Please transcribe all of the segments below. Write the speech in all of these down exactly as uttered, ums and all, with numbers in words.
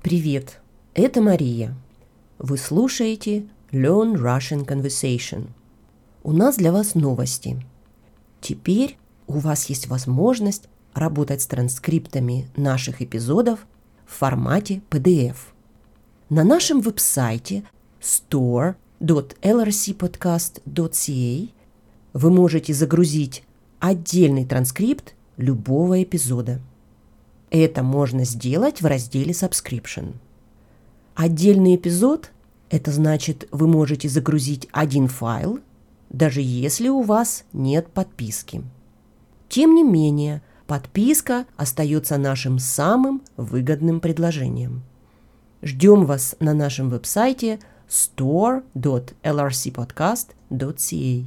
Привет, это Мария. Вы слушаете Learn Russian Conversation. У нас для вас новости. Теперь у вас есть возможность работать с транскриптами наших эпизодов в формате пи ди эф. На нашем веб-сайте store dot l r c podcast dot c a вы можете загрузить отдельный транскрипт любого эпизода. Это можно сделать в разделе Subscription. Отдельный эпизод – это значит, вы можете загрузить один файл, даже если у вас нет подписки. Тем не менее, подписка остается нашим самым выгодным предложением. Ждем вас на нашем веб-сайте store dot l r c podcast dot c a.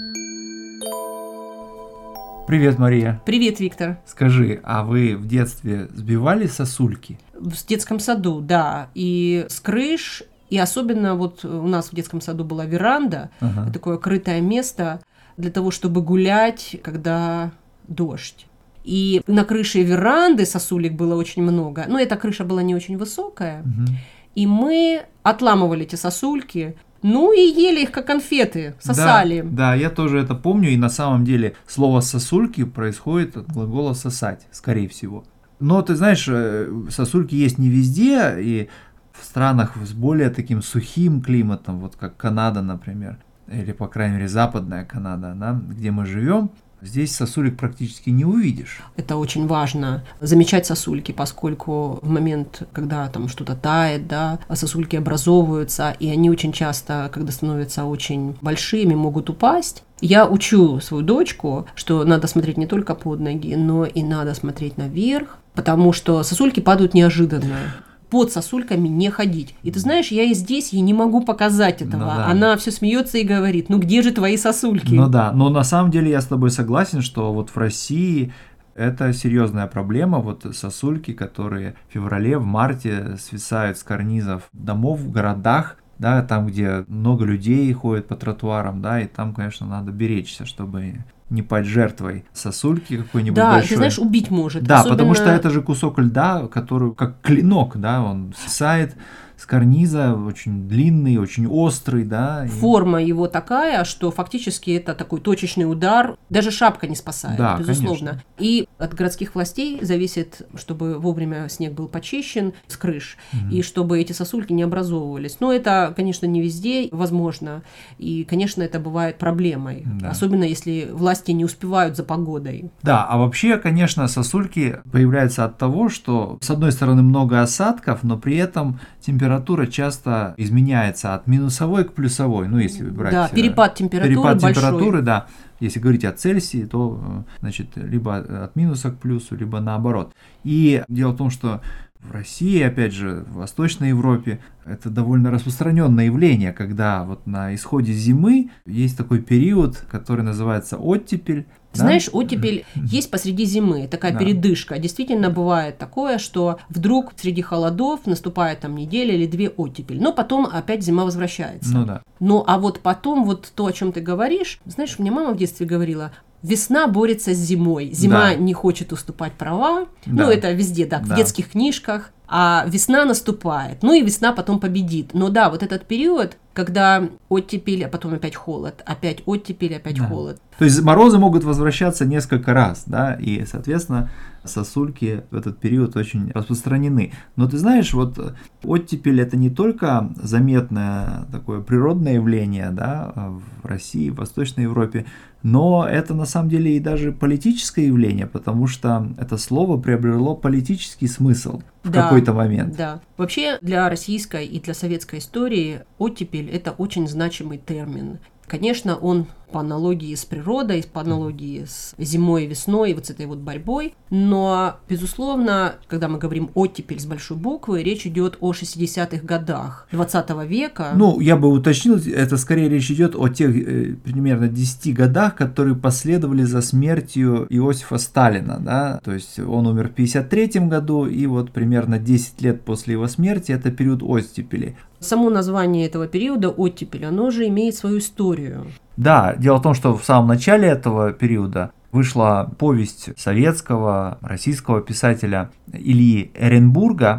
Привет, Мария. Привет, Виктор. Скажи, а вы в детстве сбивали сосульки? В детском саду, да, и с крыш, и особенно вот у нас в детском саду была веранда, ага. такое крытое место для того, чтобы гулять, когда дождь. И на крыше веранды сосулек было очень много, но эта крыша была не очень высокая, угу. и мы отламывали эти сосульки. Ну и ели их как конфеты, сосали. Да, да, я тоже это помню, и на самом деле слово «сосульки» происходит от глагола «сосать», скорее всего. Но ты знаешь, сосульки есть не везде, и в странах с более таким сухим климатом, вот как Канада, например, или, по крайней мере, западная Канада, да, где мы живем, здесь сосулек практически не увидишь. Это очень важно, замечать сосульки, поскольку в момент, когда там что-то тает, да, сосульки образовываются, и они очень часто, когда становятся очень большими, могут упасть. Я учу свою дочку, что надо смотреть не только под ноги, но и надо смотреть наверх, потому что сосульки падают неожиданно. Под сосульками не ходить. И ты знаешь, я и здесь ей не могу показать этого. Ну, да. Она все смеется и говорит: ну где же твои сосульки? Ну да, но на самом деле я с тобой согласен, что вот в России это серьезная проблема. Вот сосульки, которые в феврале, в марте свисают с карнизов домов в городах, да, там, где много людей ходят по тротуарам, да, и там, конечно, надо беречься, чтобы не пасть жертвой сосульки какой-нибудь да, большой. Да, ты знаешь, убить может. Да, особенно... потому что это же кусок льда, который как клинок, да, он свисает с карниза, очень длинный, очень острый, да. И... Форма его такая, что фактически это такой точечный удар, даже шапка не спасает, да, безусловно. Конечно. И от городских властей зависит, чтобы вовремя снег был почищен с крыш, угу. и чтобы эти сосульки не образовывались. Но это, конечно, не везде возможно, и, конечно, это бывает проблемой, да. особенно если власти не успевают за погодой. Да, а вообще, конечно, сосульки появляются от того, что, с одной стороны, много осадков, но при этом температура Температура часто изменяется от минусовой к плюсовой, ну если брать да, перепад температуры перепад большой. температуры, да, если говорить о Цельсии, то значит либо от минуса к плюсу, либо наоборот. И дело в том, что в России, опять же, в Восточной Европе это довольно распространенное явление, когда вот на исходе зимы есть такой период, который называется оттепель. Да? Знаешь, оттепель есть посреди зимы, такая да. передышка. Действительно бывает такое, что вдруг среди холодов наступает там неделя или две оттепель, но потом опять зима возвращается. Ну да. Ну а вот потом вот то, о чем ты говоришь, знаешь, мне мама в детстве говорила: весна борется с зимой, зима да. не хочет уступать права, да. ну это везде, да, в да. детских книжках, а весна наступает, ну и весна потом победит. Но да, вот этот период, когда оттепель, а потом опять холод, опять оттепель, опять да. холод. То есть морозы могут возвращаться несколько раз, да, и, соответственно, сосульки в этот период очень распространены. Но ты знаешь, вот оттепель – это не только заметное такое природное явление, да, в России, в Восточной Европе, но это на самом деле и даже политическое явление, потому что это слово приобрело политический смысл в да, какой-то момент. Да. Вообще для российской и для советской истории оттепель – это очень значимый термин. Конечно, он по аналогии с природой, по аналогии с зимой и весной, вот с этой вот борьбой, но, безусловно, когда мы говорим оттепель с большой буквы, речь идет о шестидесятых годах двадцатого века. Ну, я бы уточнил, это скорее речь идет о тех э, примерно десяти годах, которые последовали за смертью Иосифа Сталина, да, то есть он умер в пятьдесят третьем году, и вот примерно десять лет после его смерти это период оттепели. Само название этого периода оттепель, оно же имеет свою историю. Да, дело в том, что в самом начале этого периода вышла повесть советского, российского писателя Ильи Эренбурга,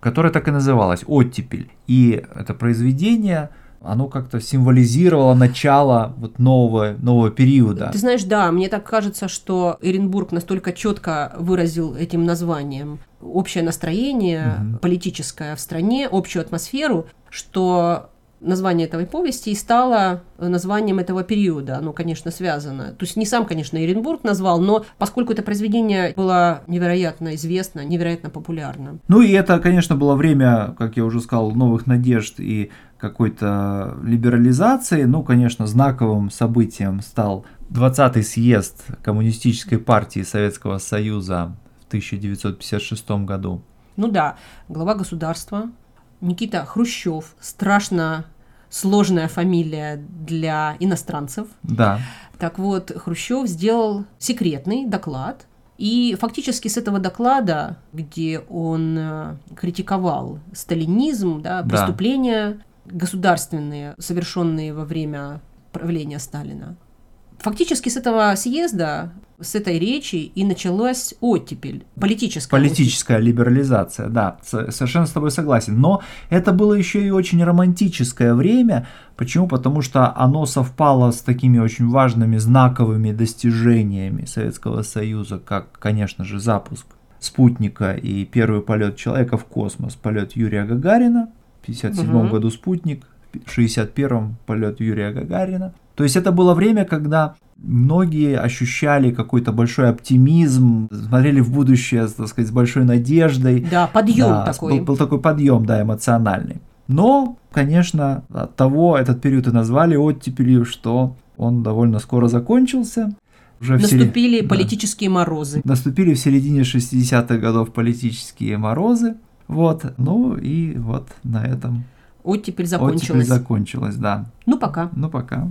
которое так и называлось «Оттепель». И это произведение, оно как-то символизировало начало вот нового, нового периода. Ты знаешь, да, мне так кажется, что Эренбург настолько четко выразил этим названием общее настроение угу. политическое в стране, общую атмосферу, что название этой повести и стало названием этого периода. Оно, конечно, связано. То есть не сам, конечно, Эренбург назвал, но поскольку это произведение было невероятно известно, невероятно популярно. Ну и это, конечно, было время, как я уже сказал, новых надежд и какой-то либерализации. Ну, конечно, знаковым событием стал двадцатый съезд Коммунистической партии Советского Союза в тысяча девятьсот пятьдесят шестом году. Ну да, глава государства Никита Хрущев, страшно сложная фамилия для иностранцев. Да. Так вот, Хрущев сделал секретный доклад, и фактически с этого доклада, где он критиковал сталинизм, да, преступления да. государственные, совершенные во время правления Сталина, фактически с этого съезда, с этой речи и началась оттепель, политическая Политическая оттепель. либерализация, да, совершенно с тобой согласен. Но это было еще и очень романтическое время. Почему? Потому что оно совпало с такими очень важными знаковыми достижениями Советского Союза, как, конечно же, запуск спутника и первый полет человека в космос, полет Юрия Гагарина, в пятьдесят седьмом угу. году спутник, в шестьдесят первом полет Юрия Гагарина. То есть это было время, когда многие ощущали какой-то большой оптимизм, смотрели в будущее, так сказать, с большой надеждой. Да, подъем да, такой. Был, был такой подъем, да, эмоциональный. Но, конечно, от того этот период и назвали оттепелью, что он довольно скоро закончился. Уже Наступили серед... политические да. морозы. Наступили в середине шестидесятых годов политические морозы. Вот, ну и вот на этом оттепель закончилась. Оттепель закончилась, да. Ну пока. Ну пока.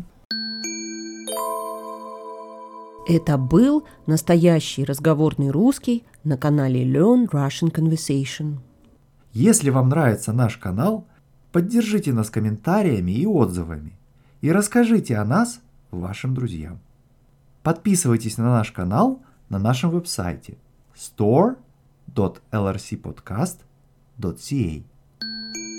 Это был настоящий разговорный русский на канале Learn Russian Conversation. Если вам нравится наш канал, поддержите нас комментариями и отзывами и расскажите о нас вашим друзьям. Подписывайтесь на наш канал на нашем веб-сайте store dot l r c podcast dot c a.